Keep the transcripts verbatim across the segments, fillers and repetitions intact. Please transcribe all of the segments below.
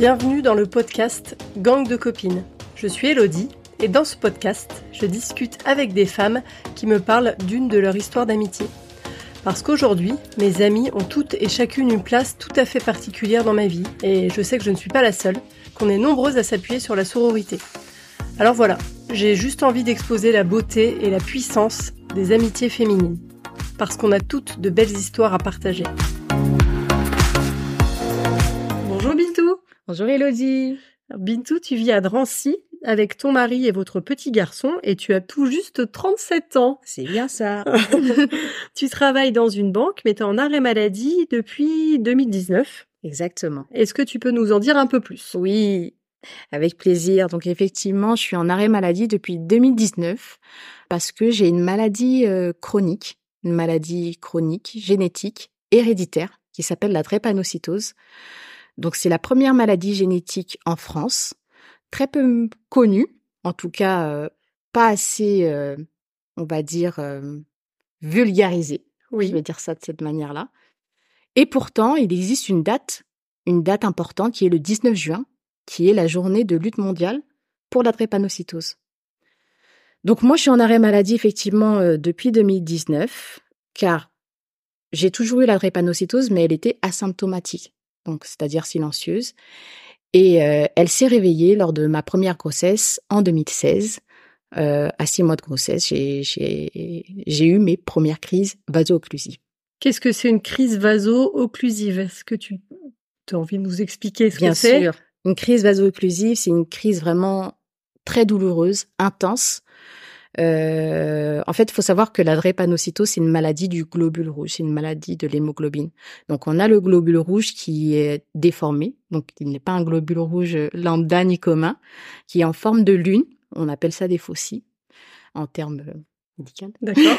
Bienvenue dans le podcast Gang de copines. Je suis Elodie et dans ce podcast, je discute avec des femmes qui me parlent d'une de leurs histoires d'amitié. Parce qu'aujourd'hui, mes amies ont toutes et chacune une place tout à fait particulière dans ma vie et je sais que je ne suis pas la seule, qu'on est nombreuses à s'appuyer sur la sororité. Alors voilà, j'ai juste envie d'exposer la beauté et la puissance des amitiés féminines. Parce qu'on a toutes de belles histoires à partager. Bonjour Bintou. Bonjour Elodie. Bintou, tu vis à Drancy avec ton mari et votre petit garçon et tu as tout juste trente-sept ans. C'est bien ça. Tu travailles dans une banque mais tu es en arrêt maladie depuis deux mille dix-neuf. Exactement. Est-ce que tu peux nous en dire un peu plus ? Oui, avec plaisir. Donc effectivement, je suis en arrêt maladie depuis deux mille dix-neuf parce que j'ai une maladie euh, chronique, une maladie chronique, génétique, héréditaire qui s'appelle la drépanocytose. Donc c'est la première maladie génétique en France, très peu connue, en tout cas euh, pas assez, euh, on va dire, euh, vulgarisée. Oui. Je vais dire ça de cette manière-là. Et pourtant, il existe une date, une date importante qui est le dix-neuf juin, qui est la journée de lutte mondiale pour la drépanocytose. Donc moi, je suis en arrêt maladie effectivement euh, depuis deux mille dix-neuf, car j'ai toujours eu la drépanocytose, mais elle était asymptomatique. Donc, c'est-à-dire silencieuse. Et euh, elle s'est réveillée lors de ma première grossesse en deux mille seize. Euh, à six mois de grossesse, j'ai, j'ai, j'ai eu mes premières crises vaso-occlusives. Qu'est-ce que c'est une crise vaso-occlusive ? Est-ce que tu as envie de nous expliquer ce Bien que c'est ? sûr. Une crise vaso-occlusive, c'est une crise vraiment très douloureuse, intense. Euh, en fait, il faut savoir que la drépanocytose, c'est une maladie du globule rouge, c'est une maladie de l'hémoglobine. Donc, on a le globule rouge qui est déformé, donc il n'est pas un globule rouge lambda ni commun, qui est en forme de lune. On appelle ça des fossies en termes médicaux. D'accord.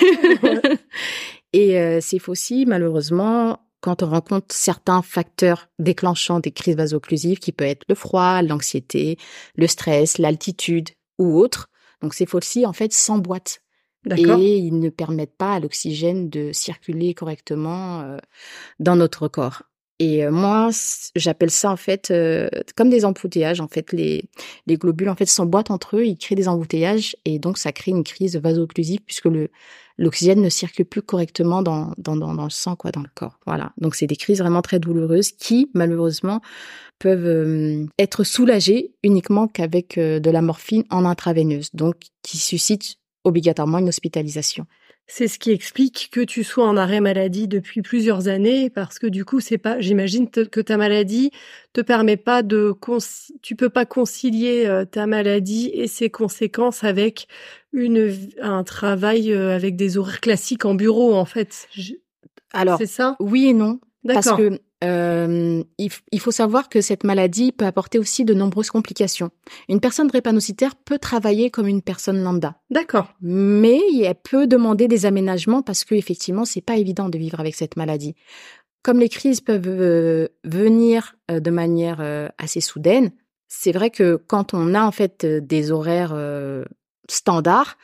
Et euh, ces fossies, malheureusement, quand on rencontre certains facteurs déclenchant des crises vaso-occlusives, qui peut être le froid, l'anxiété, le stress, l'altitude ou autre, donc ces fossies, en fait, s'emboîtent. D'accord. Et ils ne permettent pas à l'oxygène de circuler correctement euh, dans notre corps. Et euh, moi, j'appelle ça, en fait, euh, comme des embouteillages. En fait, les, les globules, en fait, s'emboîtent entre eux, ils créent des embouteillages. Et donc, ça crée une crise vaso-occlusive puisque le, l'oxygène ne circule plus correctement dans, dans, dans, dans le sang, quoi, dans le corps. Voilà. Donc, c'est des crises vraiment très douloureuses qui, malheureusement, peuvent euh, être soulagées uniquement qu'avec euh, de la morphine en intraveineuse. Donc, qui suscite obligatoirement une hospitalisation. C'est ce qui explique que tu sois en arrêt maladie depuis plusieurs années, parce que du coup, c'est pas, j'imagine te, que ta maladie te permet pas de, conci- tu peux pas concilier euh, ta maladie et ses conséquences avec une, un travail euh, avec des horaires classiques en bureau, en fait. Je... Alors, c'est ça ? Oui et non. D'accord. Parce que euh, il, f- il faut savoir que cette maladie peut apporter aussi de nombreuses complications. Une personne drépanocytaire peut travailler comme une personne lambda. D'accord. Mais elle peut demander des aménagements parce que effectivement, c'est pas évident de vivre avec cette maladie. Comme les crises peuvent euh, venir euh, de manière euh, assez soudaine, c'est vrai que quand on a en fait euh, des horaires euh, standards,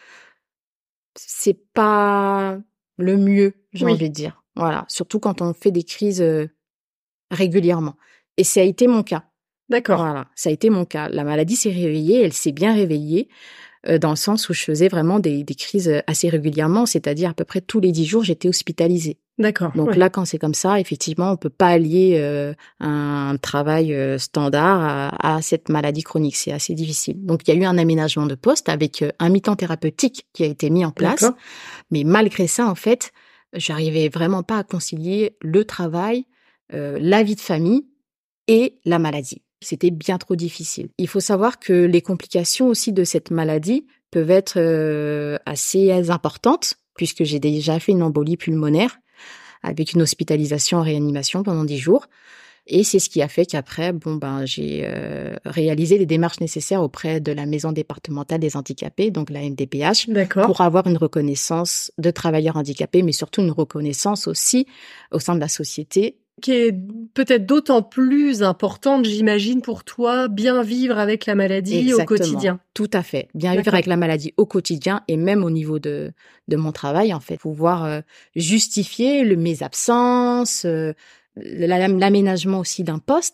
c'est pas le mieux, j'ai Oui. envie de dire. Voilà, surtout quand on fait des crises euh, régulièrement. Et ça a été mon cas. D'accord. Voilà, ça a été mon cas. La maladie s'est réveillée, elle s'est bien réveillée, euh, dans le sens où je faisais vraiment des, des crises assez régulièrement, c'est-à-dire à peu près tous les dix jours, j'étais hospitalisée. D'accord. Donc ouais. là, quand c'est comme ça, effectivement, on peut pas allier euh, un travail euh, standard à, à cette maladie chronique. C'est assez difficile. Donc, il y a eu un aménagement de poste avec euh, un mi-temps thérapeutique qui a été mis en place. D'accord. Mais malgré ça, en fait, j'arrivais vraiment pas à concilier le travail, euh, la vie de famille et la maladie. C'était bien trop difficile. Il faut savoir que les complications aussi de cette maladie peuvent être euh, assez importantes, puisque j'ai déjà fait une embolie pulmonaire avec une hospitalisation en réanimation pendant dix jours. Et c'est ce qui a fait qu'après, bon ben, j'ai euh, réalisé les démarches nécessaires auprès de la Maison départementale des handicapés, donc la M D P H, D'accord. pour avoir une reconnaissance de travailleur handicapé, mais surtout une reconnaissance aussi au sein de la société. Qui est peut-être d'autant plus importante, j'imagine, pour toi, bien vivre avec la maladie Exactement. au quotidien. Tout à fait. Bien D'accord. vivre avec la maladie au quotidien et même au niveau de, de mon travail, en fait. Pouvoir euh, justifier le, mes absences, euh, la- l'aménagement aussi d'un poste, hein,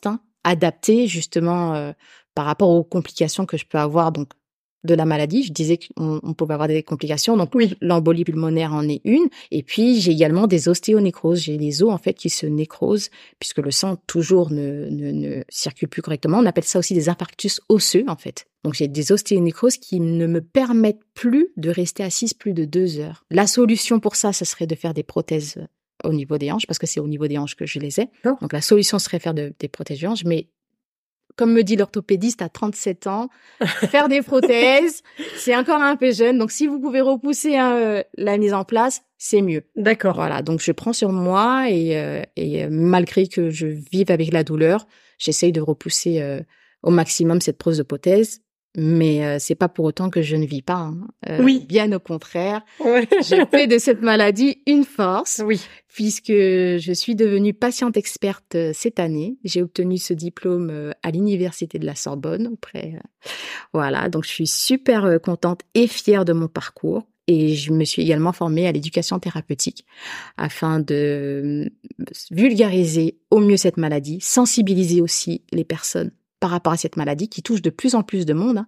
adapté justement euh, par rapport aux complications que je peux avoir donc de la maladie. Je disais qu'on on pouvait avoir des complications, donc oui. L'embolie pulmonaire en est une. Et puis j'ai également des ostéonécroses. J'ai les os en fait qui se nécrosent puisque le sang toujours ne, ne, ne circule plus correctement. On appelle ça aussi des infarctus osseux en fait. Donc j'ai des ostéonécroses qui ne me permettent plus de rester assise plus de deux heures. La solution pour ça, ce serait de faire des prothèses au niveau des hanches parce que c'est au niveau des hanches que je les ai. Oh. Donc la solution serait faire de, des prothèses de hanches, mais comme me dit l'orthopédiste, à trente-sept ans, faire des prothèses, c'est encore un peu jeune. Donc, si vous pouvez repousser hein, la mise en place, c'est mieux. D'accord. Voilà. Donc, je prends sur moi et, euh, et malgré que je vive avec la douleur, j'essaye de repousser euh, au maximum cette pose de prothèse. Mais euh, c'est pas pour autant que je ne vis pas. Hein. Euh, oui. Bien au contraire. Ouais. Je fais de cette maladie une force. Oui. Puisque je suis devenue patiente experte cette année. J'ai obtenu ce diplôme à l'université de la Sorbonne auprès. Voilà. Donc, je suis super contente et fière de mon parcours. Et je me suis également formée à l'éducation thérapeutique afin de vulgariser au mieux cette maladie, sensibiliser aussi les personnes par rapport à cette maladie qui touche de plus en plus de monde. Hein.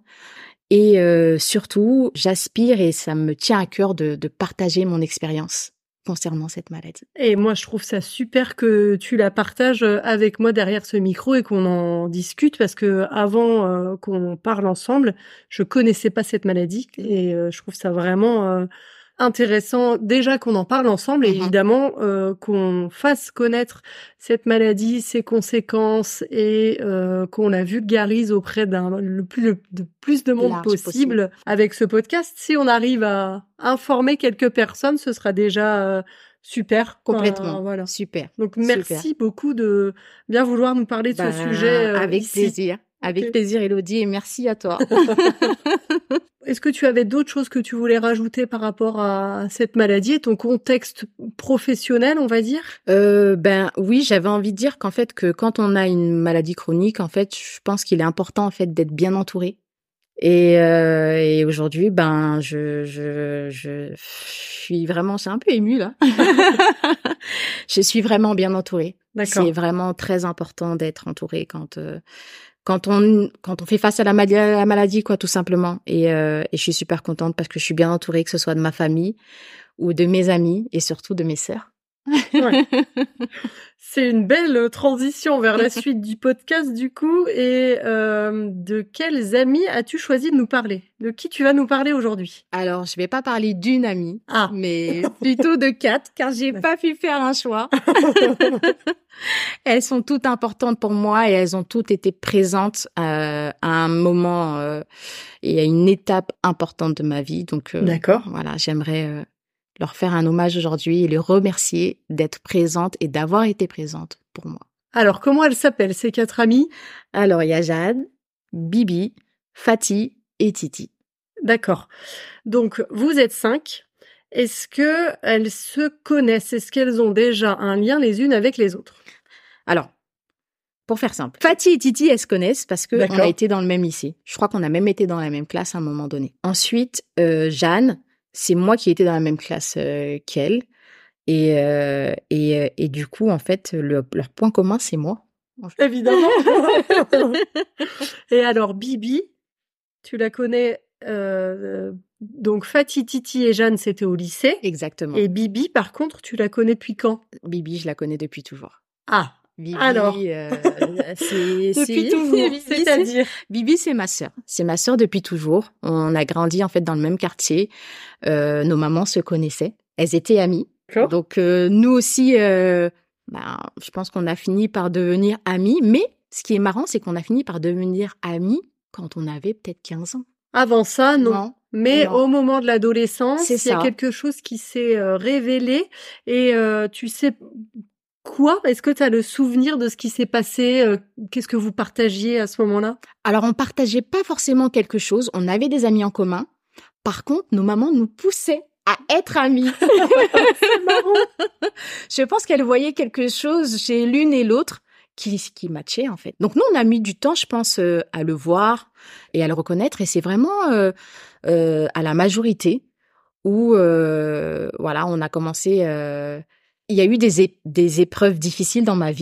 Et euh, surtout, j'aspire et ça me tient à cœur de, de partager mon expérience concernant cette maladie. Et moi, je trouve ça super que tu la partages avec moi derrière ce micro et qu'on en discute parce que avant euh, qu'on parle ensemble, je connaissais pas cette maladie et euh, je trouve ça vraiment euh, intéressant déjà qu'on en parle ensemble et mmh. évidemment euh, qu'on fasse connaître cette maladie, ses conséquences et euh, qu'on la vulgarise auprès d'un le plus le, de plus de monde possible, possible avec ce podcast. Si on arrive à informer quelques personnes, ce sera déjà euh, super. Complètement. Euh, voilà. Super. Donc merci super. beaucoup de bien vouloir nous parler de bah, ce sujet. Euh, avec ici. plaisir. Avec okay. plaisir, Élodie, et merci à toi. Est-ce que tu avais d'autres choses que tu voulais rajouter par rapport à cette maladie et ton contexte professionnel, on va dire ? euh, Ben oui, j'avais envie de dire qu'en fait, que quand on a une maladie chronique, en fait, je pense qu'il est important en fait d'être bien entouré. Et, euh, et aujourd'hui, ben, je, je, je, je suis vraiment, c'est un peu émue là. Je suis vraiment bien entourée. D'accord. C'est vraiment très important d'être entourée quand. Euh, Quand on quand on fait face à la, mal- à la maladie, quoi, tout simplement. Et, euh, et je suis super contente parce que je suis bien entourée, que ce soit de ma famille ou de mes amis et surtout de mes sœurs. Ouais. C'est une belle transition vers la suite du podcast, du coup. Et euh, de quels amis as-tu choisi de nous parler ? De qui tu vas nous parler aujourd'hui ? Alors, je vais pas parler d'une amie, ah. mais plutôt de quatre, car j'ai pas pu faire un choix. Elles sont toutes importantes pour moi et elles ont toutes été présentes euh, à un moment euh, et à une étape importante de ma vie. Donc, euh, d'accord. Voilà, j'aimerais euh, leur faire un hommage aujourd'hui et les remercier d'être présentes et d'avoir été présentes pour moi. Alors, comment elles s'appellent, ces quatre amies ? Alors, il y a Jade, Bibi, Fatih et Titi. D'accord. Donc, vous êtes cinq. Est-ce qu'elles se connaissent ? Est-ce qu'elles ont déjà un lien les unes avec les autres ? Alors, pour faire simple, Fatih et Titi, elles se connaissent parce qu'on a été dans le même lycée. Je crois qu'on a même été dans la même classe à un moment donné. Ensuite, euh, Jeanne, c'est moi qui étais dans la même classe euh, qu'elle. Et, euh, et, et du coup, en fait, le, leur point commun, c'est moi. Évidemment. Et alors, Bibi, tu la connais... Euh, donc Fatih, Titi et Jeanne, c'était au lycée. Exactement. Et Bibi, par contre, tu la connais depuis quand ? Bibi, je la connais depuis toujours. Ah, Bibi, alors euh, c'est, depuis c'est, toujours, Bibi, c'est-à-dire c'est, Bibi, c'est ma sœur. C'est ma sœur depuis toujours. On a grandi en fait dans le même quartier. Euh, nos mamans se connaissaient. Elles étaient amies. D'accord. Donc euh, nous aussi, euh, ben, je pense qu'on a fini par devenir amies. Mais ce qui est marrant, c'est qu'on a fini par devenir amies quand on avait peut-être quinze ans. Avant ça, non. non. Mais non. au moment de l'adolescence, il y a quelque chose qui s'est euh, révélé. Et euh, tu sais quoi ? Est-ce que tu as le souvenir de ce qui s'est passé ? euh, Qu'est-ce que vous partagiez à ce moment-là ? Alors, on partageait pas forcément quelque chose. On avait des amis en commun. Par contre, nos mamans nous poussaient à être amies. C'est marrant. Je pense qu'elles voyaient quelque chose chez l'une et l'autre qui, qui matchait, en fait. Donc, nous, on a mis du temps, je pense, euh, à le voir et à le reconnaître. Et c'est vraiment euh, euh, à la majorité où, euh, voilà, on a commencé... Euh, il y a eu des, é- des épreuves difficiles dans ma vie,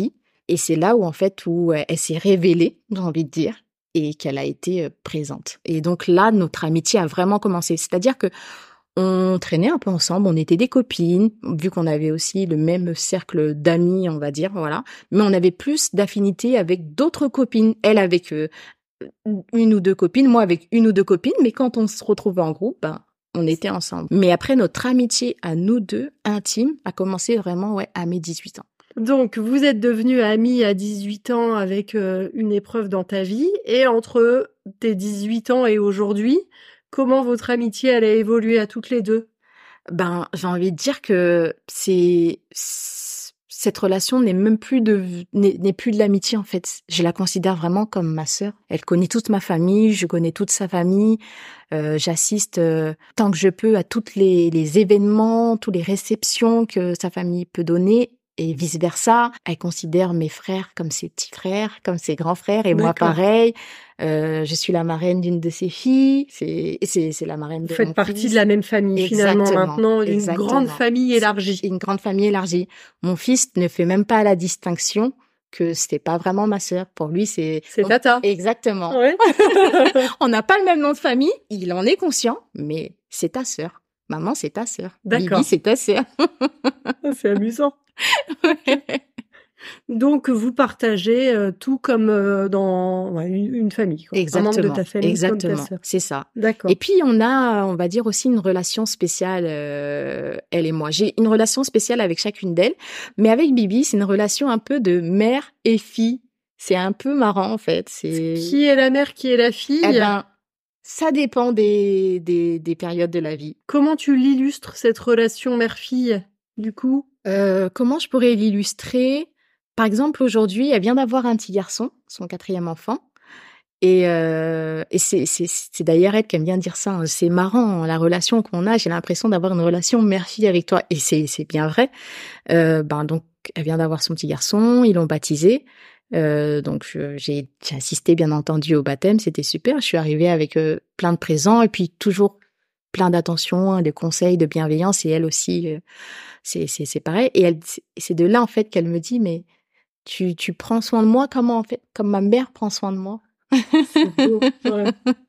Et c'est là où, en fait, où euh, elle s'est révélée, j'ai envie de dire, et qu'elle a été euh, présente. Et donc là, notre amitié a vraiment commencé. C'est-à-dire que on traînait un peu ensemble, on était des copines, vu qu'on avait aussi le même cercle d'amis, on va dire, voilà. Mais on avait plus d'affinité avec d'autres copines. Elle avec euh, une ou deux copines, moi avec une ou deux copines. Mais quand on se retrouvait en groupe, ben, on était ensemble. Mais après, notre amitié à nous deux, intime, a commencé vraiment ouais, à mes dix-huit ans. Donc, vous êtes devenus amis à dix-huit ans avec euh, une épreuve dans ta vie. Et entre tes dix-huit ans et aujourd'hui, comment votre amitié, elle a évolué à toutes les deux? Ben, j'ai envie de dire que c'est cette relation n'est même plus de n'est, n'est plus de l'amitié en fait. Je la considère vraiment comme ma sœur. Elle connaît toute ma famille, je connais toute sa famille. Euh, j'assiste euh, tant que je peux à toutes les, les événements, toutes les réceptions que sa famille peut donner. Et vice versa, elle considère mes frères comme ses petits frères, comme ses grands frères, et D'accord. moi pareil. Euh, je suis la marraine d'une de ses filles, c'est c'est c'est la marraine Vous de faites mon partie fils. de la même famille Exactement, finalement maintenant, d'une exactement. grande famille élargie. Une grande famille élargie. Mon fils ne fait même pas la distinction que c'était pas vraiment ma sœur. Pour lui, c'est C'est on- tata. Exactement. Ouais. On n'a pas le même nom de famille, il en est conscient, mais c'est ta sœur. Maman, c'est ta sœur. D'accord. Bibi, c'est ta sœur. C'est amusant. Donc, vous partagez euh, tout comme euh, dans ouais, une, une famille, quoi. Un membre de Exactement, ta famille comme ta exactement, sœur. c'est ça. D'accord. Et puis on a, on va dire aussi une relation spéciale, euh, elle et moi. J'ai une relation spéciale avec chacune d'elles, mais avec Bibi, c'est une relation un peu de mère et fille. C'est un peu marrant en fait. C'est Qui est la mère, qui est la fille? Eh ben, ça dépend des des des périodes de la vie. Comment tu l'illustres, cette relation mère-fille, du coup? Euh, comment je pourrais l'illustrer? Par exemple, aujourd'hui, elle vient d'avoir un petit garçon, son quatrième enfant. Et, euh, et c'est, c'est, c'est d'ailleurs elle qui aime bien dire ça. Hein. C'est marrant, hein, la relation qu'on a. J'ai l'impression d'avoir une relation mère-fille avec toi. Et c'est, c'est bien vrai. Euh, ben donc, elle vient d'avoir son petit garçon. Ils l'ont baptisé. Euh, donc, je- j'ai, j'ai assisté bien entendu au baptême. C'était super. Je suis arrivée avec euh, plein de présents et puis toujours plein d'attention, hein, de conseils, de bienveillance. Et elle aussi, euh, c'est, c'est, c'est pareil. Et elle, c'est c'est de là en fait qu'elle me dit, mais tu, tu prends soin de moi comment en fait, comme ma mère prend soin de moi. C'est beau. Ouais.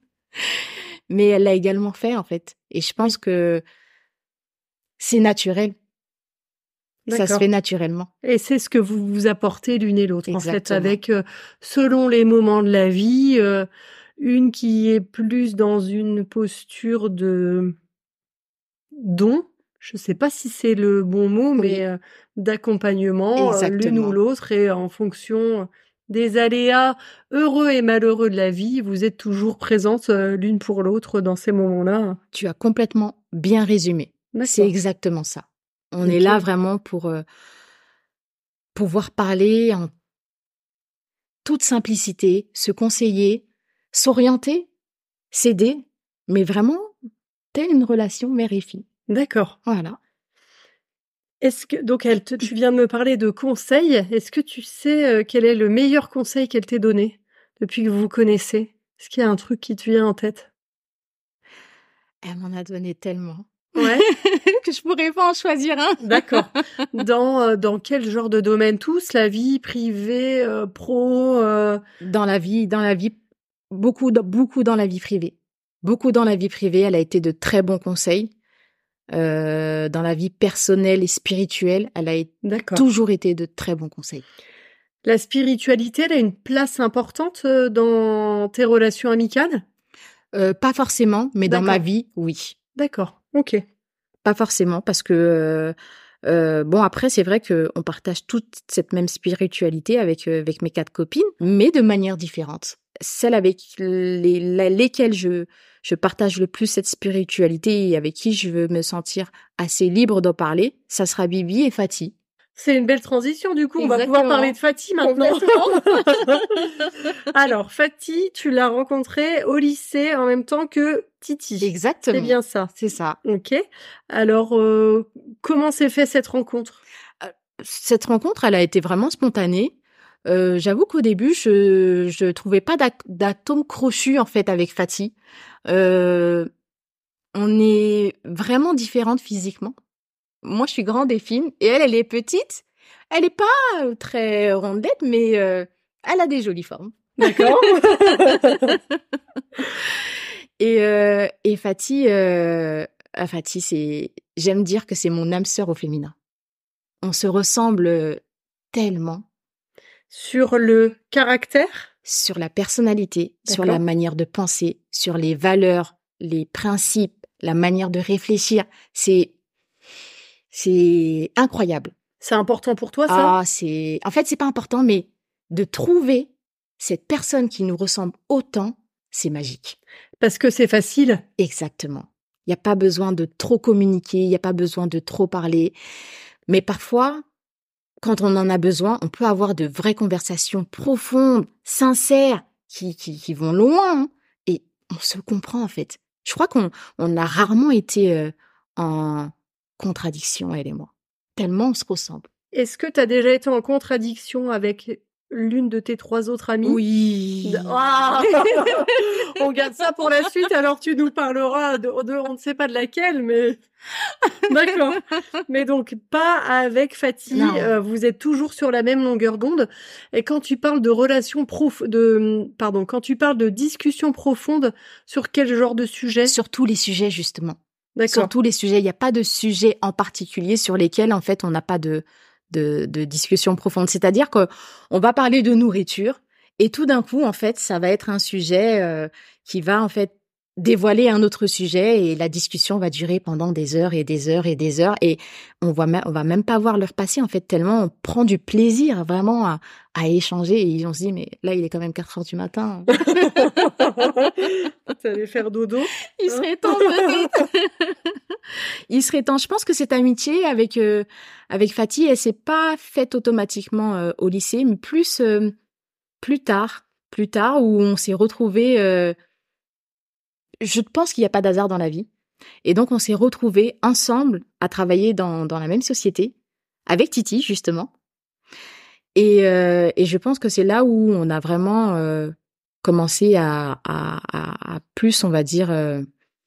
Mais elle l'a également fait en fait. Et je pense que c'est naturel. Ça se D'accord. fait naturellement. Et c'est ce que vous vous apportez l'une et l'autre, en fait, Exactement. avec, euh, selon les moments de la vie, euh, une qui est plus dans une posture de don, je sais pas si c'est le bon mot, Oui. mais euh, d'accompagnement, euh, l'une ou Exactement. l'autre, et en fonction des aléas heureux et malheureux de la vie, vous êtes toujours présentes euh, l'une pour l'autre dans ces moments-là. Tu as complètement bien résumé. C'est D'accord. exactement ça. On Ok. est là vraiment pour euh, pouvoir parler en toute simplicité, se conseiller, s'orienter, s'aider, mais vraiment telle une relation mère et fille. D'accord. Voilà. Est-ce que donc elle te tu viens de me parler de conseils. Est-ce que tu sais, heu, quel est le meilleur conseil qu'elle t'ait donné depuis que vous vous connaissez? Est-ce qu'il y a un truc qui te vient en tête? Elle m'en a donné tellement Ouais, que je pourrais pas en choisir un. d'accord. Dans, heu, dans quel genre de domaine? Tous? La vie privée, heu, pro, heu? Dans la vie, dans la vie, beaucoup, dans- beaucoup dans la vie privée. Beaucoup dans la vie privée, elle a été de très bons conseils. Euh, dans la vie personnelle et spirituelle, elle a é- D'accord. toujours été de très bons conseils. La spiritualité, elle a une place importante, heu, dans tes relations amicales? Euh, pas forcément, mais dans ma D'accord. vie, oui. D'accord, OK. Pas forcément, parce que euh, euh, bon après c'est vrai que on partage toute cette même spiritualité avec euh, avec mes quatre copines, mais de manière différente. Celles avec les, la- lesquelles je je partage le plus cette spiritualité et avec qui je veux me sentir assez libre d'en parler, ça sera Bibi et Fatih. C'est une belle transition, du coup, on va pouvoir Exactement. parler de Fatih maintenant. Alors, Fatih, tu l'as rencontrée au lycée en même temps que Titi. Exactement. C'est bien ça. C'est ça. Ok. Alors, euh, comment s'est fait cette rencontre? Cette rencontre, elle a été vraiment spontanée. Euh, j'avoue qu'au début, je je trouvais pas d'ac- d'atome crochu en fait avec Fatih. Euh, on est vraiment différentes physiquement. Moi, je suis grande et fine, et elle, elle est petite. Elle est pas euh, très rondelette, mais euh, elle a des jolies formes. D'accord. Et, euh, et Fatih, euh, ah, Fatih, c'est, j'aime dire que c'est mon âme sœur au féminin. On se ressemble tellement Sur le caractère? sur la personnalité, sur D'accord. la manière de penser, sur les valeurs, les principes, la manière de réfléchir. C'est, c'est incroyable. C'est important pour toi, ça? Ah, c'est, en fait, c'est pas important, mais de trouver cette personne qui nous ressemble autant, c'est magique. Parce que c'est facile. Exactement. Il n'y a pas besoin de trop communiquer, il n'y a pas besoin de trop parler. Mais parfois, quand on en a besoin, on peut avoir de vraies conversations profondes, sincères, qui, qui, qui vont loin. Hein, et on se comprend, en fait. Je crois qu'on on a rarement été euh, en contradiction, elle et moi. Tellement on se ressemble. Est-ce que tu as déjà été en contradiction avec l'une de tes trois autres amies? Oui. Ah on garde ça pour la suite, alors tu nous parleras de, de on ne sait pas de laquelle, mais d'accord. Mais donc pas avec Fatih, euh, vous êtes toujours sur la même longueur d'onde. Et quand tu parles de relations prof, de pardon, quand tu parles de discussions profondes, sur quel genre de sujet? Sur tous les sujets, justement. D'accord. Sur tous les sujets, il n'y a pas de sujet en particulier sur lesquels en fait on n'a pas de de, de discussion profonde. C'est-à-dire que on va parler de nourriture et tout d'un coup en fait ça va être un sujet euh, qui va en fait dévoiler un autre sujet et la discussion va durer pendant des heures et des heures et des heures et on va même on va même pas voir l'heure passer en fait tellement on prend du plaisir vraiment à, à échanger et on se dit mais là il est quand même quatre heures du matin. T'allais faire dodo? Il serait temps peut-être. Il serait temps. Je pense que cette amitié avec euh, avec Fatih, elle s'est pas faite automatiquement euh, au lycée, mais plus euh, plus tard, plus tard où on s'est retrouvés. Euh, je pense qu'il n'y a pas d'hasard dans la vie, et donc on s'est retrouvés ensemble à travailler dans dans la même société avec Titi justement. Et euh, et je pense que c'est là où on a vraiment euh, commencé à, à à à plus, on va dire. Euh,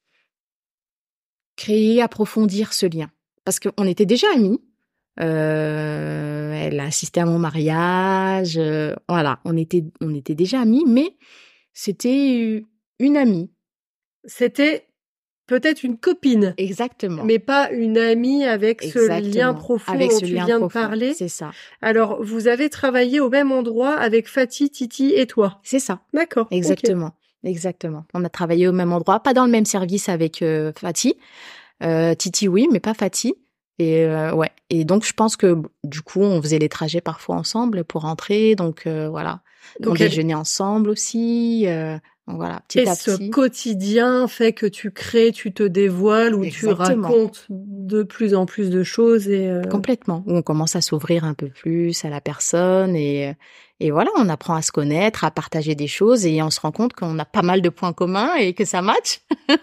créer, approfondir ce lien. Parce qu'on était déjà amis. Euh, elle a assisté à mon mariage. Euh, voilà, on était, on était déjà amis, mais c'était une amie. C'était peut-être une copine. Exactement. Mais pas une amie avec Exactement. ce lien profond avec dont ce tu lien viens profond. de parler. C'est ça. Alors, vous avez travaillé au même endroit avec Fatih, Titi et toi. C'est ça. D'accord. Exactement. Okay. Exactement. On a travaillé au même endroit, pas dans le même service avec euh, Fatih. Euh, Titi, oui, mais pas Fatih. Et euh, ouais. Et donc, je pense que du coup, on faisait les trajets parfois ensemble pour rentrer. Donc euh, voilà. Donc, on elle... déjeunait ensemble aussi. Euh, donc voilà, petit et à ce petit. quotidien fait que tu crées, tu te dévoiles, ou tu racontes de plus en plus de choses. Et euh... Complètement. Où on commence à s'ouvrir un peu plus à la personne et et voilà, on apprend à se connaître, à partager des choses et on se rend compte qu'on a pas mal de points communs et que ça match.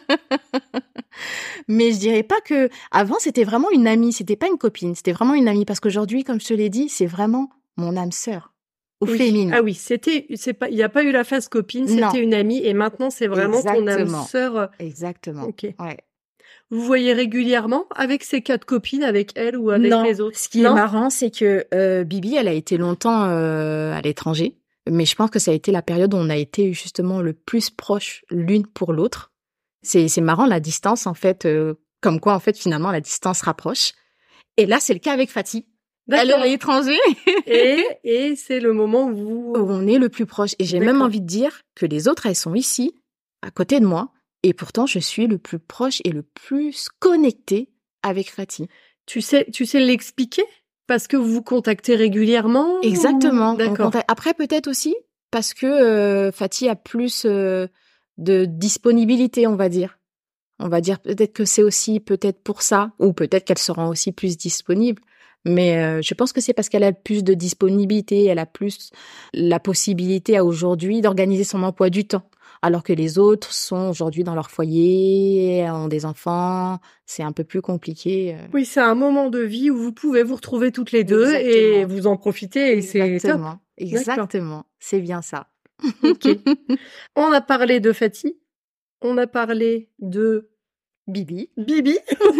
Mais je dirais pas que avant c'était vraiment une amie, c'était pas une copine, c'était vraiment une amie parce qu'aujourd'hui, comme je te l'ai dit, c'est vraiment mon âme sœur au oui. féminin. Ah oui, c'était c'est pas il y a pas eu la phase copine, c'était non. Une amie et maintenant c'est vraiment Exactement. ton âme sœur. Exactement. OK. Ouais. Vous voyez régulièrement avec ces quatre copines, avec elle ou avec non. les autres? Ce qui non. est marrant, c'est que euh, Bibi, elle a été longtemps euh, à l'étranger, mais je pense que ça a été la période où on a été justement le plus proches l'une pour l'autre. C'est c'est marrant la distance en fait, euh, comme quoi en fait finalement la distance rapproche. Et là, c'est le cas avec Fatih. Elle est à l'étranger. et et c'est le moment où vous... où on est le plus proche. Et j'ai D'accord. même envie de dire que les autres, elles sont ici, à côté de moi. Et pourtant, je suis le plus proche et le plus connecté avec Fatih. Tu sais, tu sais l'expliquer? Parce que vous vous contactez régulièrement? Exactement. Ou... D'accord. Contacte... Après, peut-être aussi parce que euh, Fatih a plus euh, de disponibilité, on va dire. On va dire peut-être que c'est aussi peut-être pour ça, ou peut-être qu'elle se rend aussi plus disponible. Mais euh, je pense que c'est parce qu'elle a plus de disponibilité, elle a plus la possibilité à aujourd'hui d'organiser son emploi du temps. Alors que les autres sont aujourd'hui dans leur foyer, ont des enfants, c'est un peu plus compliqué. Oui, c'est un moment de vie où vous pouvez vous retrouver toutes les deux Exactement. Et vous en profiter et c'est top. Exactement, c'est bien ça. Ok. On a parlé de Fatih, on a parlé de Bibi. Bibi.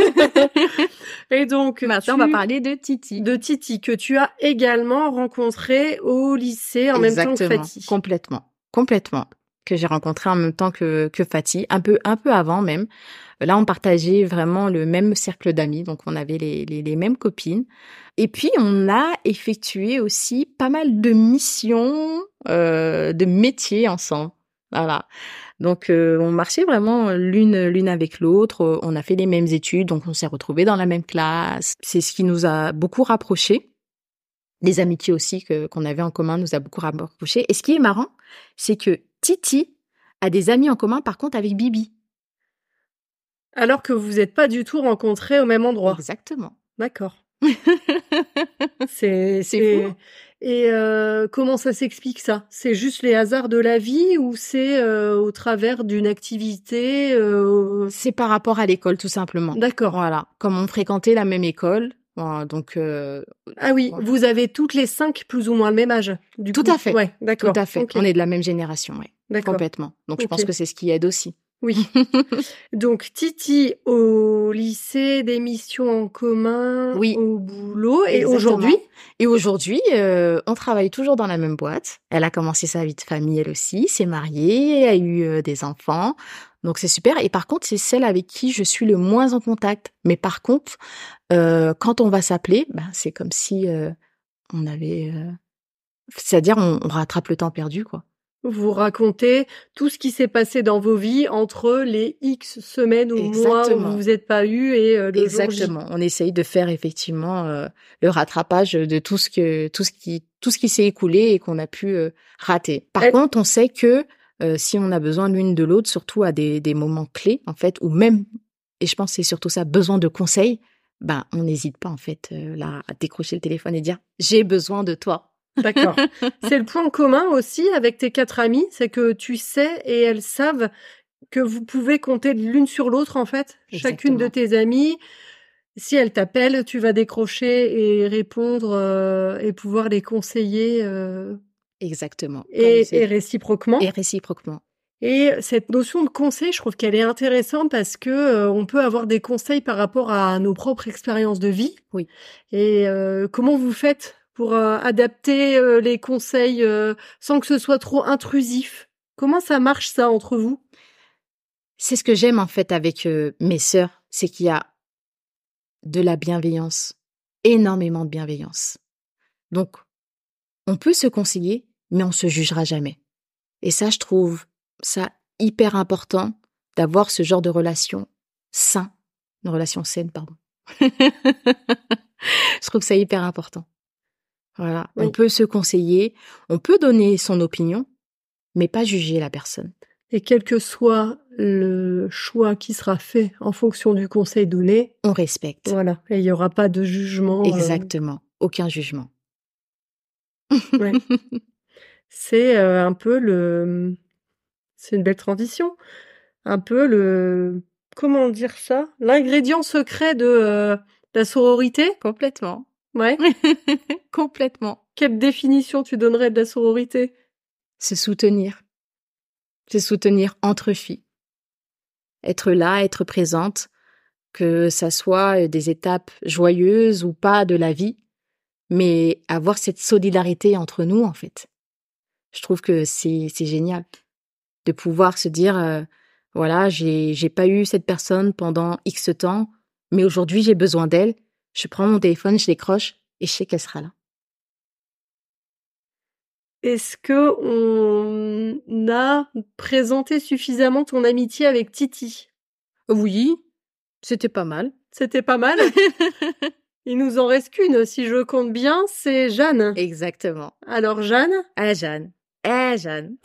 Et donc, maintenant, tu... on va parler de Titi. De Titi, que tu as également rencontré au lycée en Exactement, même temps que Fatih. Complètement, complètement. Que j'ai rencontré en même temps que, que Fatih, un peu, un peu avant même. Là, on partageait vraiment le même cercle d'amis, donc on avait les, les, les mêmes copines. Et puis, on a effectué aussi pas mal de missions, euh, de métiers ensemble. Voilà. Donc, euh, on marchait vraiment l'une l'une avec l'autre. On a fait les mêmes études, donc on s'est retrouvés dans la même classe. C'est ce qui nous a beaucoup rapprochés. Les amitiés aussi que qu'on avait en commun nous a beaucoup rapprochés. Et ce qui est marrant, c'est que Titi a des amis en commun, par contre, avec Bibi. Alors que vous n'êtes pas du tout rencontrés au même endroit. Exactement. D'accord. c'est c'est fou. Et euh, comment ça s'explique ça? C'est juste les hasards de la vie ou c'est euh, au travers d'une activité euh... C'est par rapport à l'école, tout simplement. D'accord. Voilà. Comme on fréquentait la même école, voilà, donc. Euh... Ah oui, voilà. Vous avez toutes les cinq plus ou moins le même âge. Du tout coup. à fait. Ouais, d'accord. Tout à fait. Okay. On est de la même génération, ouais. D'accord. Complètement. Donc okay. je pense que c'est ce qui aide aussi. Oui. Donc Titi au lycée, des missions en commun, oui. au boulot. Et Exactement. Aujourd'hui Et aujourd'hui, euh, on travaille toujours dans la même boîte. Elle a commencé sa vie de famille elle aussi, s'est mariée, a eu euh, des enfants. Donc c'est super. Et par contre, c'est celle avec qui je suis le moins en contact. Mais par contre, euh, quand on va s'appeler, ben, c'est comme si euh, on avait... Euh... C'est-à-dire, on, on rattrape le temps perdu, quoi. Vous racontez tout ce qui s'est passé dans vos vies entre les X semaines ou mois où vous vous êtes pas eu et euh, le Exactement. jour J. On essaye de faire effectivement euh, le rattrapage de tout ce que tout ce qui tout ce qui s'est écoulé et qu'on a pu euh, rater. Par Elle... contre, on sait que euh, si on a besoin l'une de l'autre, surtout à des des moments clés en fait, ou même et je pense que c'est surtout ça, besoin de conseils, ben on n'hésite pas en fait euh, là à décrocher le téléphone et dire j'ai besoin de toi. D'accord. C'est le point commun aussi avec tes quatre amies, c'est que tu sais et elles savent que vous pouvez compter l'une sur l'autre en fait. Exactement. Chacune de tes amies, si elles t'appellent, tu vas décrocher et répondre euh, et pouvoir les conseiller. Euh, Exactement. Et, et réciproquement. Et réciproquement. Et cette notion de conseil, je trouve qu'elle est intéressante parce que euh, on peut avoir des conseils par rapport à nos propres expériences de vie. Oui. Et euh, comment vous faites pour euh, adapter euh, les conseils euh, sans que ce soit trop intrusif? Comment ça marche ça entre vous? C'est ce que j'aime en fait avec euh, mes sœurs, c'est qu'il y a de la bienveillance, énormément de bienveillance. Donc, on peut se conseiller, mais on se jugera jamais. Et ça, je trouve ça hyper important d'avoir ce genre de relation sain, une relation saine, pardon. Je trouve ça hyper important. Voilà, oui. On peut se conseiller, on peut donner son opinion, mais pas juger la personne. Et quel que soit le choix qui sera fait en fonction du conseil donné, on respecte. Voilà, et il n'y aura pas de jugement. Exactement, euh... aucun jugement. Ouais. C'est euh, un peu le... C'est une belle transition. Un peu le... Comment dire ça? L'ingrédient secret de euh, la sororité? Complètement. Ouais. Complètement. Quelle définition tu donnerais de la sororité? Se soutenir. Se soutenir entre filles. Être là, être présente, que ça soit des étapes joyeuses ou pas de la vie, mais avoir cette solidarité entre nous, en fait. Je trouve que c'est, c'est génial de pouvoir se dire, euh, voilà, j'ai, j'ai pas eu cette personne pendant X temps, mais aujourd'hui j'ai besoin d'elle. Je prends mon téléphone, je décroche et je sais qu'elle sera là. Est-ce que on a présenté suffisamment ton amitié avec Titi? Oui, c'était pas mal. C'était pas mal. Il nous en reste qu'une, si je compte bien, c'est Jeanne. Exactement. Alors Jeanne? Ah Jeanne. Eh Jeanne.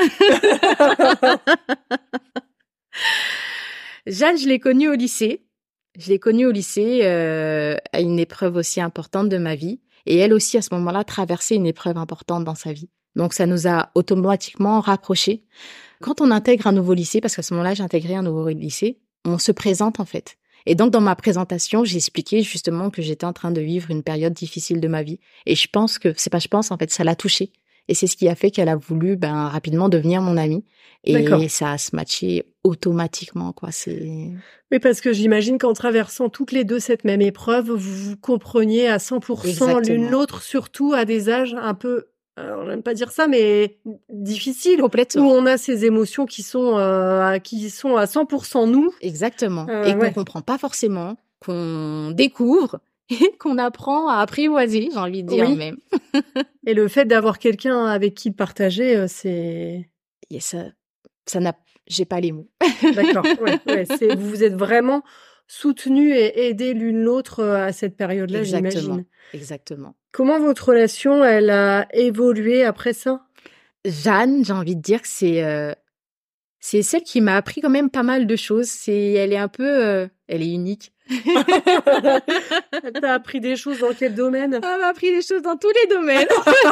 Jeanne, je l'ai connue au lycée. Je l'ai connue au lycée euh, à une épreuve aussi importante de ma vie. Et elle aussi, à ce moment-là, traversait une épreuve importante dans sa vie. Donc, ça nous a automatiquement rapprochés. Quand on intègre un nouveau lycée, parce qu'à ce moment-là, j'ai intégré un nouveau lycée, on se présente en fait. Et donc, dans ma présentation, j'ai expliqué justement que j'étais en train de vivre une période difficile de ma vie. Et je pense que, c'est pas je pense, en fait, ça l'a touchée. Et c'est ce qui a fait qu'elle a voulu ben rapidement devenir mon amie. Et D'accord. ça a se matché automatiquement, quoi. C'est Oui, parce que j'imagine qu'en traversant toutes les deux cette même épreuve, vous vous compreniez à cent pour cent l'une exactement, l'autre, surtout à des âges un peu, alors j'aime pas dire ça, mais difficiles, où complètement, on a ces émotions qui sont, euh, qui sont à cent pour cent nous. exactement. Euh, Et qu'on ouais, comprend pas forcément, qu'on découvre et qu'on apprend à apprivoiser, j'ai envie de dire oui. même. Et le fait d'avoir quelqu'un avec qui le partager, euh, c'est... Et ça, ça n'a, j'ai pas les mots. D'accord, ouais, ouais, c'est, vous vous êtes vraiment soutenus et aidés l'une l'autre euh, à cette période-là, Exactement, j'imagine. exactement. Comment votre relation, elle a évolué après ça? Jeanne, j'ai envie de dire que c'est euh, c'est celle qui m'a appris quand même pas mal de choses. C'est, elle est un peu, euh, elle est unique. Elle t'a appris des choses dans quel domaine? Elle m'a appris des choses dans tous les domaines.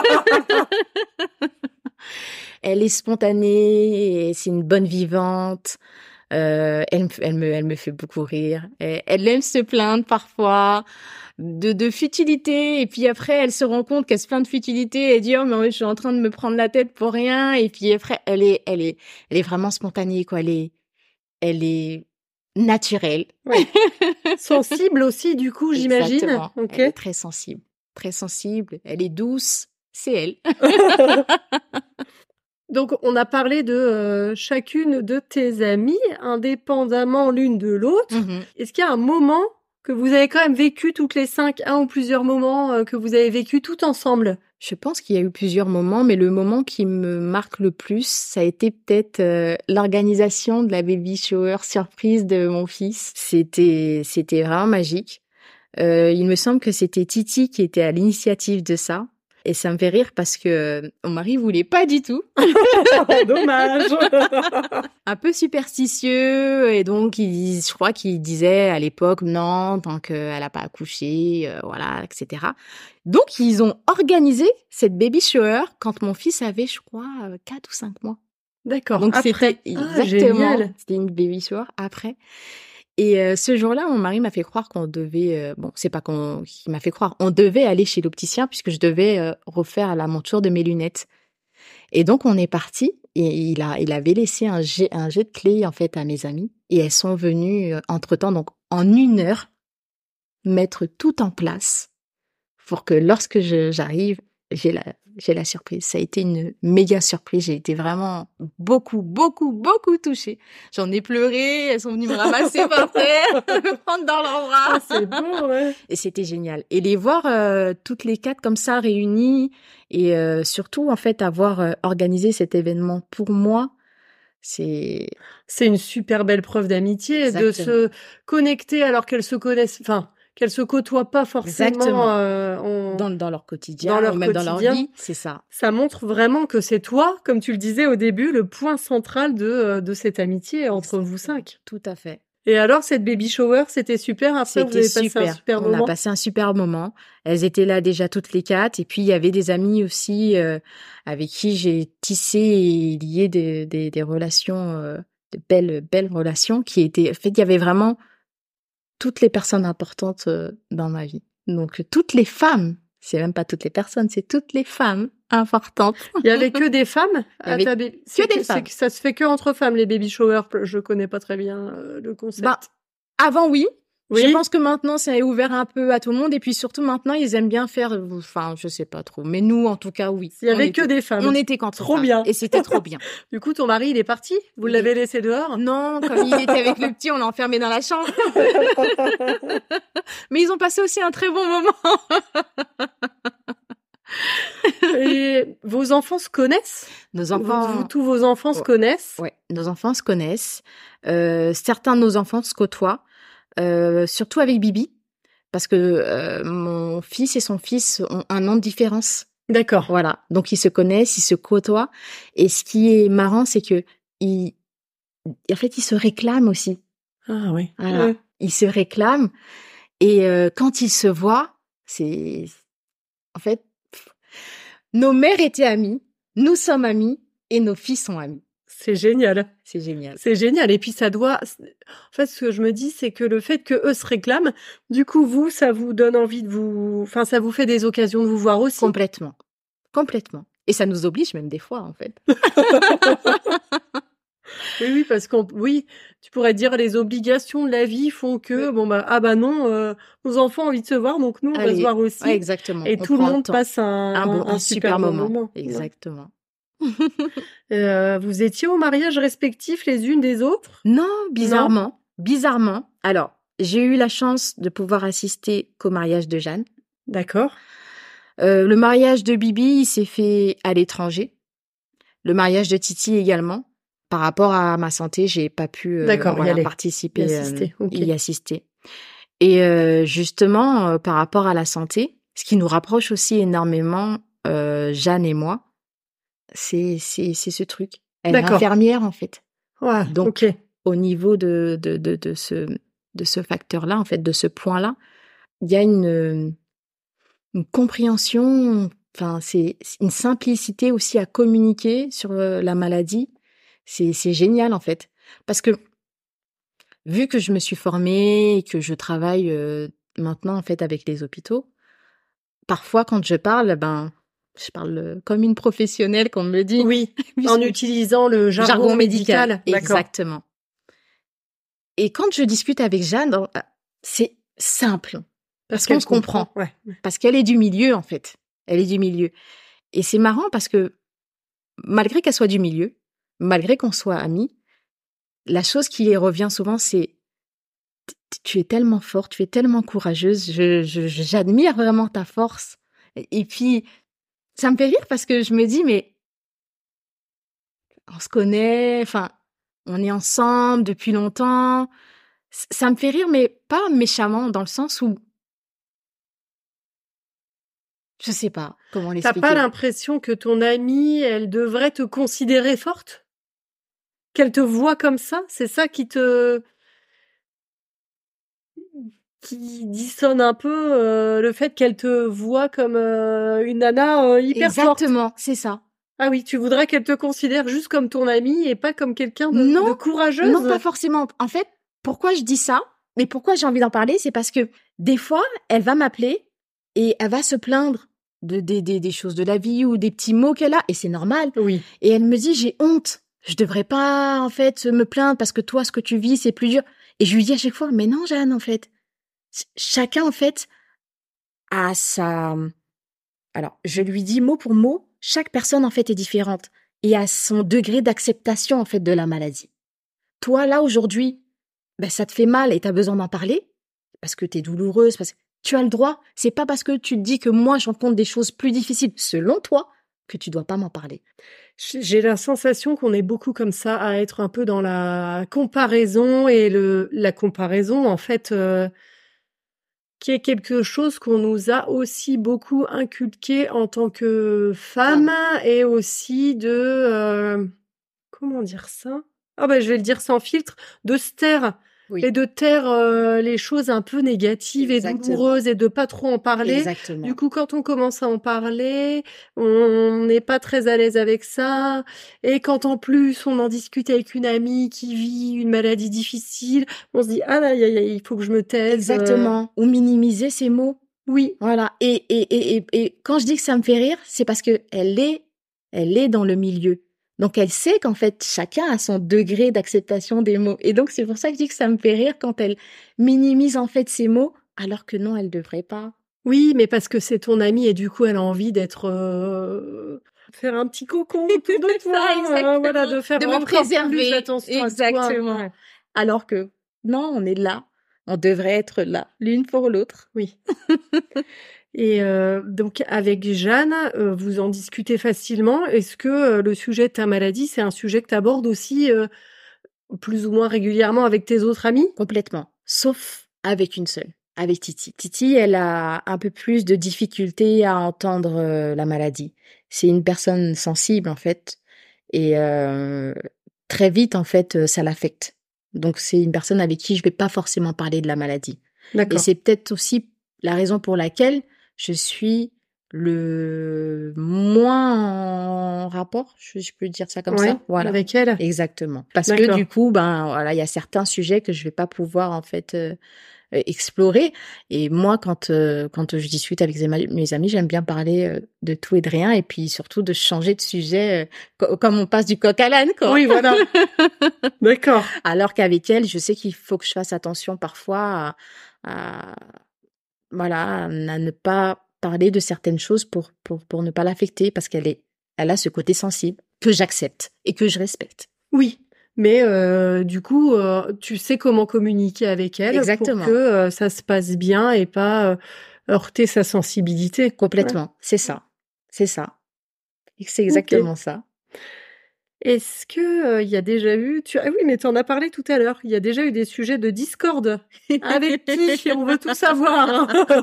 Elle est spontanée, et c'est une bonne vivante. Euh, elle, me- elle me, elle me fait beaucoup rire. Elle, elle aime se plaindre parfois de, de futilités. Et puis après, elle se rend compte qu'elle se plaint de futilités. Elle dit, oh, mais ouais, je suis en train de me prendre la tête pour rien. Et puis après, elle est, elle est, elle est vraiment spontanée, quoi. Elle est, elle est naturelle. Oui. Sensible aussi, du coup, j'imagine. Exactement. Ok. Elle est très sensible. Très sensible. Elle est douce. C'est elle. Donc, on a parlé de euh, chacune de tes amies, indépendamment l'une de l'autre. Mhm. Est-ce qu'il y a un moment que vous avez quand même vécu toutes les cinq, un ou plusieurs moments euh, que vous avez vécu tout ensemble? Je pense qu'il y a eu plusieurs moments, mais le moment qui me marque le plus, ça a été peut-être euh, l'organisation de la baby shower surprise de mon fils. C'était, c'était vraiment magique. Euh, il me semble que c'était Titi qui était à l'initiative de ça. Et ça me fait rire parce que euh, mon mari voulait pas du tout. Dommage. Un peu superstitieux, et donc il, je crois qu'il disait à l'époque non, tant qu'elle a pas accouché, euh, voilà, et cetera. Donc ils ont organisé cette baby shower quand mon fils avait, je crois, euh, quatre ou cinq mois. D'accord. Donc Après. c'était Ah, exactement, génial. c'était une baby shower après. Et euh, ce jour-là, mon mari m'a fait croire qu'on devait, euh, bon, c'est pas qu'on, il m'a fait croire, on devait aller chez l'opticien puisque je devais euh, refaire la monture de mes lunettes. Et donc, on est parti et il a, il avait laissé un jet, un jet de clés, en fait, à mes amies. Et elles sont venues, euh, entre-temps, donc, en une heure, mettre tout en place pour que lorsque je, j'arrive, j'ai la, j'ai la surprise. Ça a été une méga surprise. J'ai été vraiment beaucoup, beaucoup, beaucoup touchée. J'en ai pleuré. Elles sont venues me ramasser par terre, me prendre dans leurs bras. Ah, c'est beau, ouais. Et c'était génial. Et les voir euh, toutes les quatre comme ça réunies et euh, surtout en fait avoir euh, organisé cet événement pour moi, c'est C'est une super belle preuve d'amitié de exactement, se connecter alors qu'elles se connaissent, enfin, qu'elles se côtoient pas forcément exactement euh, en- dans dans leur dans quotidien leur ou même dans leur quotidien. vie, c'est ça. Ça montre vraiment que c'est toi, comme tu le disais au début, le point central de, euh, de cette amitié entre vous Exactement. cinq. Tout à fait. Et alors, cette baby shower, c'était super. Après, vous C'était avez passé un super. super On a moment. passé un super moment. Elles étaient là déjà toutes les quatre. Et puis, il y avait des amis aussi euh, avec qui j'ai tissé et lié des, des, des relations, euh, de belles, belles relations qui étaient... En fait, il y avait vraiment toutes les personnes importantes euh, dans ma vie. Donc, toutes les femmes. C'est même pas toutes les personnes, c'est toutes les femmes importantes. Il y avait que des femmes Il y à avait ta baby. que C'est des c'est femmes. que ça se fait que entre femmes, les baby showers. Je connais pas très bien euh, le concept. Bah, avant, oui. Oui. Je pense que maintenant, c'est ouvert un peu à tout le monde. Et puis surtout, maintenant, ils aiment bien faire... Enfin, je sais pas trop. Mais nous, en tout cas, oui. Il y On avait était- que des femmes. On était qu'entre Trop femmes. bien. Et c'était trop bien. Du coup, ton mari, il est parti? Vous Il l'avez laissé dehors? Non, comme il était avec le petit, on l'a enfermé dans la chambre. Mais ils ont passé aussi un très bon moment. Et vos enfants se connaissent? Nos enfants... Vous- vous- tous vos enfants se Ouais. connaissent? Ouais, nos enfants se connaissent. Euh, certains de nos enfants se côtoient, euh, surtout avec Bibi, parce que euh, mon fils et son fils ont un an de différence. D'accord. Voilà, donc ils se connaissent, ils se côtoient. Et ce qui est marrant, c'est que ils, en fait, ils se réclament aussi. Ah oui. Voilà, Ouais. ils se réclament. Et euh, quand ils se voient, c'est en fait, pff, nos mères étaient amies, nous sommes amis et nos fils sont amis. C'est génial. C'est génial. C'est génial. Et puis ça doit. En fait, ce que je me dis, c'est que le fait que eux se réclament, du coup, vous, ça vous donne envie de vous. Enfin, ça vous fait des occasions de vous voir aussi. Complètement. Complètement. Et ça nous oblige même des fois, en fait. Oui, oui, parce qu'on, oui, tu pourrais dire les obligations de la vie font que, Oui. bon bah, ah bah non, euh, nos enfants ont envie de se voir, donc nous on va se Allez, voir aussi, ouais, exactement. et On tout le prend le monde temps. passe un, Un bon, un un super, super bon moment. moment. Ouais. Exactement. Euh, vous étiez au mariage respectif les unes des autres? Non, Non? bizarrement, bizarrement. Alors, j'ai eu la chance de pouvoir assister qu'au mariage de Jeanne. D'accord. Euh, le mariage de Bibi, il s'est fait à l'étranger. Le mariage de Titi également. Par rapport à ma santé, j'ai pas pu euh, D'accord, y voilà, aller, y participer, euh, assister. Ok. y assister. Et euh, justement, euh, par rapport à la santé, ce qui nous rapproche aussi énormément, euh, Jeanne et moi, c'est c'est c'est ce truc. Elle est D'accord. infirmière en fait. Ouais, Donc, ok. au niveau de de de de ce de ce facteur-là, en fait, de ce point-là, il y a une une compréhension. Enfin, c'est c'est une simplicité aussi à communiquer sur euh, la maladie. C'est c'est génial en fait, parce que vu que je me suis formée et que je travaille euh, maintenant en fait avec les hôpitaux, parfois quand je parle, ben je parle euh, comme une professionnelle, qu'on me dit, Oui, en puisque utilisant le jargon, jargon médical, médical. D'accord. exactement. Et quand je discute avec Jeanne, euh, c'est simple, parce Parce qu'on qu'elle se comprend, comprend. Ouais. parce qu'elle est du milieu en fait. Elle est du milieu. Et c'est marrant parce que malgré qu'elle soit du milieu, malgré qu'on soit amis, la chose qui les revient souvent, c'est t- tu es tellement forte, tu es tellement courageuse, je, je, je- j'admire vraiment ta force. Et, et puis, ça me fait rire parce que je me dis, mais on se connaît, enfin, on est ensemble depuis longtemps. C- Ça me fait rire, mais pas méchamment, dans le sens où, je sais pas comment T'as pas l'expliquer. l'impression que ton amie, elle devrait te considérer forte? Qu'elle te voit comme ça? C'est ça qui te, qui dissonne un peu, euh, le fait qu'elle te voit comme euh, une nana euh, hyper forte. Exactement, c'est ça. Ah oui, tu voudrais qu'elle te considère juste comme ton amie et pas comme quelqu'un de, Non, de non, pas courageuse? forcément. En fait, pourquoi je dis ça, mais pourquoi j'ai envie d'en parler, c'est parce que des fois, elle va m'appeler et elle va se plaindre de, des des- des choses de la vie ou des petits mots qu'elle a, et c'est normal. Oui. Et elle me dit, j'ai honte. Je devrais pas, en fait, me plaindre parce que toi, ce que tu vis, c'est plus dur. Et je lui dis à chaque fois, mais non, Jeanne, en fait. Ch- Chacun, en fait, a sa... Alors, je lui dis mot pour mot, chaque personne, en fait, est différente et a son degré d'acceptation, en fait, de la maladie. Toi, là, aujourd'hui, ben, ça te fait mal et tu as besoin d'en parler parce que tu es douloureuse, parce que tu as le droit. C'est pas parce que tu te dis que moi, j'en compte des choses plus difficiles, selon toi, que tu dois pas m'en parler. J'ai la sensation qu'on est beaucoup comme ça, à être un peu dans la comparaison, et le la comparaison, en fait, euh, qui est quelque chose qu'on nous a aussi beaucoup inculqué en tant que femme, Femme. et aussi de, euh, comment dire ça? Ah bah, je vais le dire sans filtre, de se taire. Oui. Et de taire euh, les choses un peu négatives et Exactement. douloureuses, et de pas trop en parler. Exactement. Du coup, quand on commence à en parler, on n'est pas très à l'aise avec ça. Et quand en plus on en discute avec une amie qui vit une maladie difficile, on se dit ah là, il faut que je me taise. Exactement. Ou minimiser ces mots. Oui. Voilà. Et, et, et, et, et quand je dis que ça me fait rire, c'est parce que elle est, elle est dans le milieu. Donc, elle sait qu'en fait, chacun a son degré d'acceptation des mots. Et donc, c'est pour ça que je dis que ça me fait rire quand elle minimise en fait ces mots, alors que non, elle devrait pas. Oui, mais parce que c'est ton amie et du coup, elle a envie d'être, euh, faire un petit cocon autour de toi, Ça, exactement. euh, voilà, de faire De me encore préserver. plus attention à toi. Exactement. Ouais. Alors que non, on est là. On devrait être là, l'une pour l'autre. Oui. Et euh, donc avec Jeanne, euh, vous en discutez facilement. Est-ce que euh, le sujet de ta maladie, c'est un sujet que tu abordes aussi euh, plus ou moins régulièrement avec tes autres amis? Complètement. Sauf avec une seule, avec Titi. Titi, elle a un peu plus de difficulté à entendre euh, la maladie. C'est une personne sensible, en fait. Et euh, très vite, en fait, euh, ça l'affecte. Donc, c'est une personne avec qui je vais pas forcément parler de la maladie. Et D'accord. c'est peut-être aussi la raison pour laquelle je suis le moins en rapport, je, je peux dire ça comme Ouais, ça. Voilà. avec elle. Exactement. Parce que D'accord. du coup, ben voilà, il y a certains sujets que je vais pas pouvoir en fait euh, euh, explorer. Et moi, quand euh, quand je discute avec mes amis, j'aime bien parler euh, de tout et de rien, et puis surtout de changer de sujet, euh, co- comme on passe du coq à l'âne, quoi. Oui, voilà. D'accord. Alors qu'avec elle, je sais qu'il faut que je fasse attention parfois à, à voilà, à ne pas parler de certaines choses pour pour pour ne pas l'affecter, parce qu'elle est elle a ce côté sensible que j'accepte et que je respecte. Oui, mais euh, du coup, euh, tu sais comment communiquer avec elle pour Exactement. que euh, ça se passe bien et pas euh, heurter sa sensibilité. Complètement, Ouais. c'est ça. C'est ça. Et c'est Ok. exactement ça. Est-ce que euh, il y a déjà eu, tu... ah oui, mais tu en as parlé tout à l'heure. Il y a déjà eu des sujets de discorde. Avec qui? On veut tout savoir.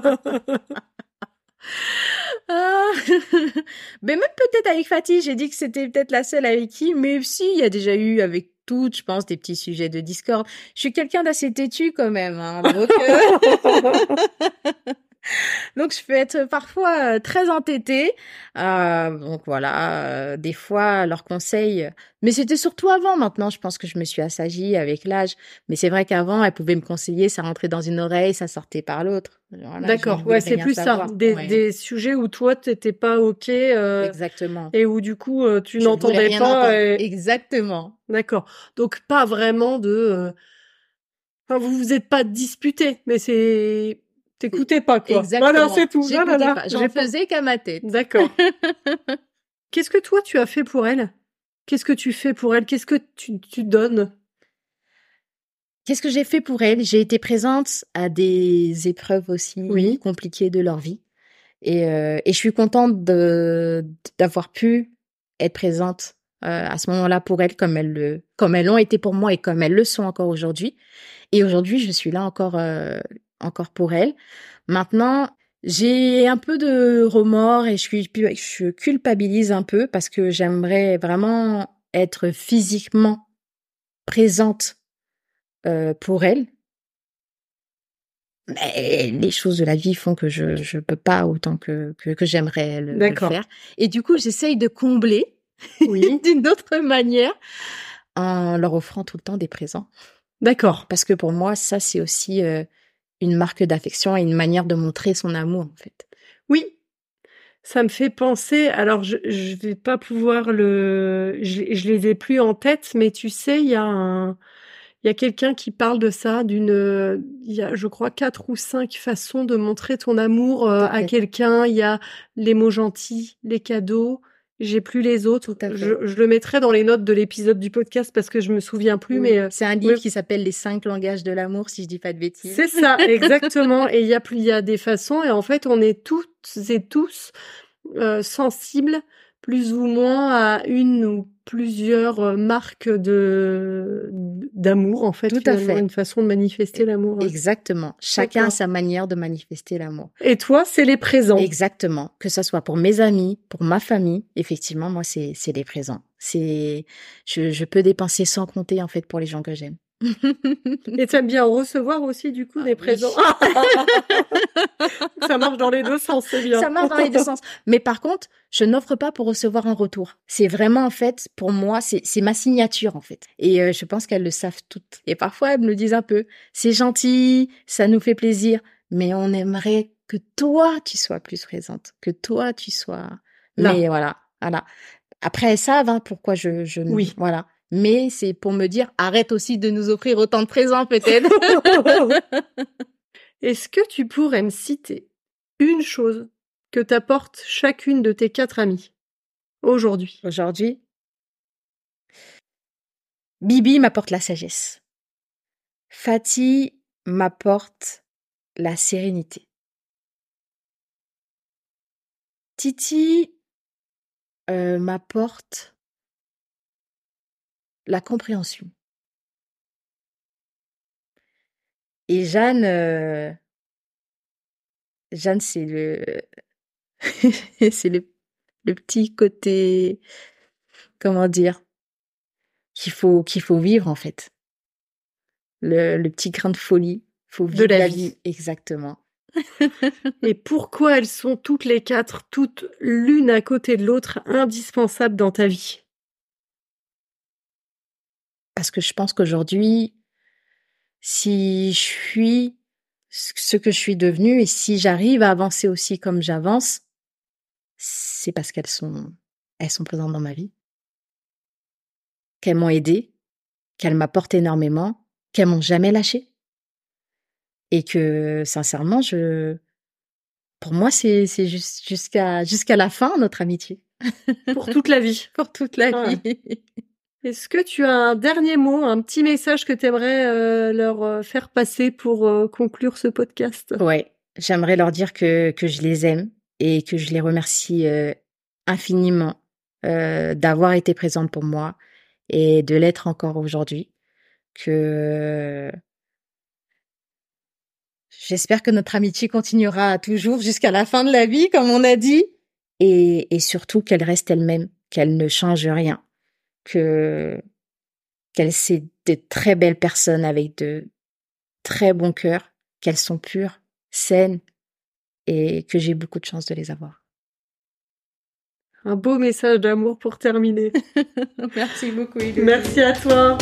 Ah. Mais même peut-être avec Fatih, j'ai dit que c'était peut-être la seule avec qui, mais si, il y a déjà eu avec toutes, je pense, des petits sujets de discorde. Je suis quelqu'un d'assez têtu quand même, hein, donc, euh... donc je peux être parfois euh, très entêtée. Euh, donc voilà, euh, des fois leurs conseils. Mais c'était surtout avant. Maintenant, je pense que je me suis assagie avec l'âge. Mais c'est vrai qu'avant, elles pouvaient me conseiller, ça rentrait dans une oreille, ça sortait par l'autre. Voilà, je ne D'accord. Ouais, voulais c'est rien plus ça. savoir. Des, Ouais, des sujets où toi, t'étais pas OK euh, exactement. et où du coup, euh, tu Je ne voulais n'entendais rien pas. entendre. et- Exactement. D'accord. Donc, pas vraiment de... euh, Enfin, vous vous êtes pas disputés, mais c'est... C'est- T'écoutais pas, quoi. Voilà, c'est Exactement. tout. Là, là, J'écoutais là. pas. J'en J'entends. faisais qu'à ma tête. D'accord. Qu'est-ce que toi, tu as fait pour elle? Qu'est-ce que tu fais pour elle? Qu'est-ce que tu, tu donnes? Qu'est-ce que j'ai fait pour elle? J'ai été présente à des épreuves aussi Oui. compliquées de leur vie. Et, euh, et je suis contente de d'avoir pu être présente euh, à ce moment-là pour elles, comme elles le comme elles l'ont été pour moi et comme elles le sont encore aujourd'hui. Et aujourd'hui, je suis là encore euh, encore pour elles. Maintenant, j'ai un peu de remords et je suis je culpabilise un peu parce que j'aimerais vraiment être physiquement présente euh, pour elles. Mais les choses de la vie font que je je peux pas autant que que, que j'aimerais le, le D'accord. faire. Et du coup, j'essaye de combler Oui. d'une autre manière en leur offrant tout le temps des présents. D'accord. Parce que pour moi, ça, c'est aussi euh, une marque d'affection et une manière de montrer son amour, en fait. Oui. Ça me fait penser, alors je je vais pas pouvoir le, je, je les ai plus en tête, mais tu sais, il y a un, il y a quelqu'un qui parle de ça, d'une, il y a, je crois, quatre ou cinq façons de montrer ton amour euh, Tout à à fait. quelqu'un. Il y a les mots gentils, les cadeaux. J'ai plus les autres. Tout à fait. Je, je le mettrai dans les notes de l'épisode du podcast parce que je me souviens plus, Oui. mais euh, C'est un livre oui. qui s'appelle Les cinq langages de l'amour, si je dis pas de bêtises. C'est ça, exactement. Et il y a plus, il y a des façons, et en fait, on est toutes et tous euh, sensibles plus ou moins à une ou plusieurs euh, marques de d'amour, en fait, Tout à finalement, fait. une façon de manifester l'amour. ouais. Exactement. Chacun a D'accord. sa manière de manifester l'amour. Et toi, c'est les présents. Exactement. Que ça soit pour mes amis, pour ma famille, effectivement, moi, c'est c'est les présents. C'est je je peux dépenser sans compter en fait pour les gens que j'aime. Et tu aimes bien en recevoir aussi, du coup, Ah des oui. présents. Ça marche dans les deux sens, c'est bien. Ça marche dans les deux sens. Mais par contre, je n'offre pas pour recevoir un retour. C'est vraiment, en fait, pour moi, c'est c'est ma signature, en fait. Et euh, je pense qu'elles le savent toutes. Et parfois, elles me le disent un peu. C'est gentil, ça nous fait plaisir, mais on aimerait que toi, tu sois plus présente, que toi, tu sois... Là. Mais voilà, voilà. Après, elles savent hein, pourquoi je... je ne- Oui. Voilà. Mais c'est pour me dire, arrête aussi de nous offrir autant de présents, peut-être. Est-ce que tu pourrais me citer une chose que t'apporte chacune de tes quatre amies aujourd'hui? Aujourd'hui, Bibi m'apporte la sagesse. Fatih m'apporte la sérénité. Titi euh, m'apporte la compréhension. Et Jeanne, euh, Jeanne, c'est le, c'est le, le petit côté, comment dire, qu'il faut, qu'il faut vivre en fait. Le, le petit grain de folie, faut vivre De la la vie. vie exactement. Et pourquoi elles sont toutes les quatre, toutes l'une à côté de l'autre, indispensables dans ta vie? Parce que je pense qu'aujourd'hui, si je suis ce que je suis devenue. Et si j'arrive à avancer aussi comme j'avance, c'est parce qu'elles sont, elles sont présentes dans ma vie, qu'elles m'ont aidée, qu'elles m'apportent énormément, qu'elles m'ont jamais lâchée. Et que, sincèrement, je, pour moi, c'est, c'est juste, jusqu'à, jusqu'à la fin, notre amitié. Pour toute la vie. Pour toute la Ouais. vie. Est-ce que tu as un dernier mot, un petit message que tu aimerais euh, leur euh, faire passer pour euh, conclure ce podcast? Ouais, j'aimerais leur dire que, que je les aime et que je les remercie euh, infiniment euh, d'avoir été présente pour moi et de l'être encore aujourd'hui. Que j'espère que notre amitié continuera toujours jusqu'à la fin de la vie, comme on a dit, et, et surtout qu'elle reste elle-même, qu'elle ne change rien, que qu'elle c'est de très belles personnes avec de très bons cœurs, qu'elles sont pures, saines, et que j'ai beaucoup de chance de les avoir. Un beau message d'amour pour terminer. Merci beaucoup, Élodie. Merci à toi.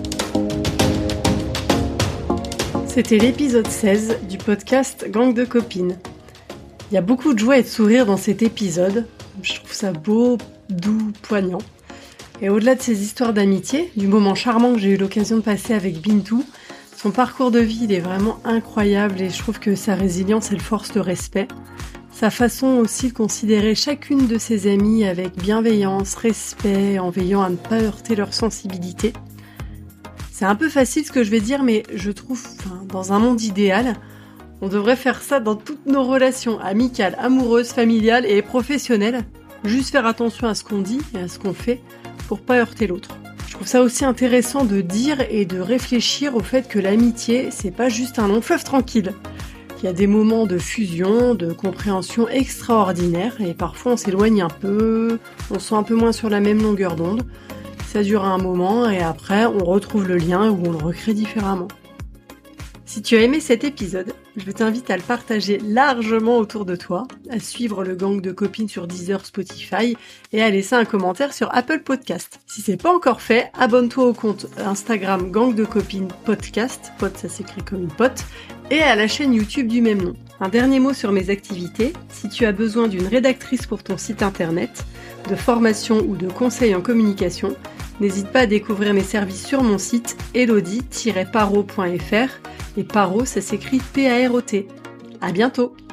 C'était l'épisode seize du podcast Gang de copines. Il y a beaucoup de joie et de sourire dans cet épisode. Je trouve ça beau, doux, poignant. Et au-delà de ces histoires d'amitié, du moment charmant que j'ai eu l'occasion de passer avec Bintou, son parcours de vie il est vraiment incroyable et je trouve que sa résilience elle force le respect. Sa façon aussi de considérer chacune de ses amies avec bienveillance, respect, en veillant à ne pas heurter leur sensibilité. C'est un peu facile ce que je vais dire, mais je trouve, enfin, dans un monde idéal, on devrait faire ça dans toutes nos relations amicales, amoureuses, familiales et professionnelles. Juste faire attention à ce qu'on dit et à ce qu'on fait pour pas heurter l'autre. Je trouve ça aussi intéressant de dire et de réfléchir au fait que l'amitié, c'est pas juste un long fleuve tranquille. Il y a des moments de fusion, de compréhension extraordinaires et parfois on s'éloigne un peu, on se sent un peu moins sur la même longueur d'onde. Ça dure un moment et après on retrouve le lien ou on le recrée différemment. Si tu as aimé cet épisode, je t'invite à le partager largement autour de toi, à suivre le Gang de copines sur Deezer, Spotify et à laisser un commentaire sur Apple Podcast. Si c'est pas encore fait, abonne-toi au compte Instagram Gang de copines podcast, pote ça s'écrit comme une pote, et à la chaîne YouTube du même nom. Un dernier mot sur mes activités, si tu as besoin d'une rédactrice pour ton site internet, de formation ou de conseils en communication, n'hésite pas à découvrir mes services sur mon site elodie tiret parot point f r et Parot, ça s'écrit P A R O T. À bientôt!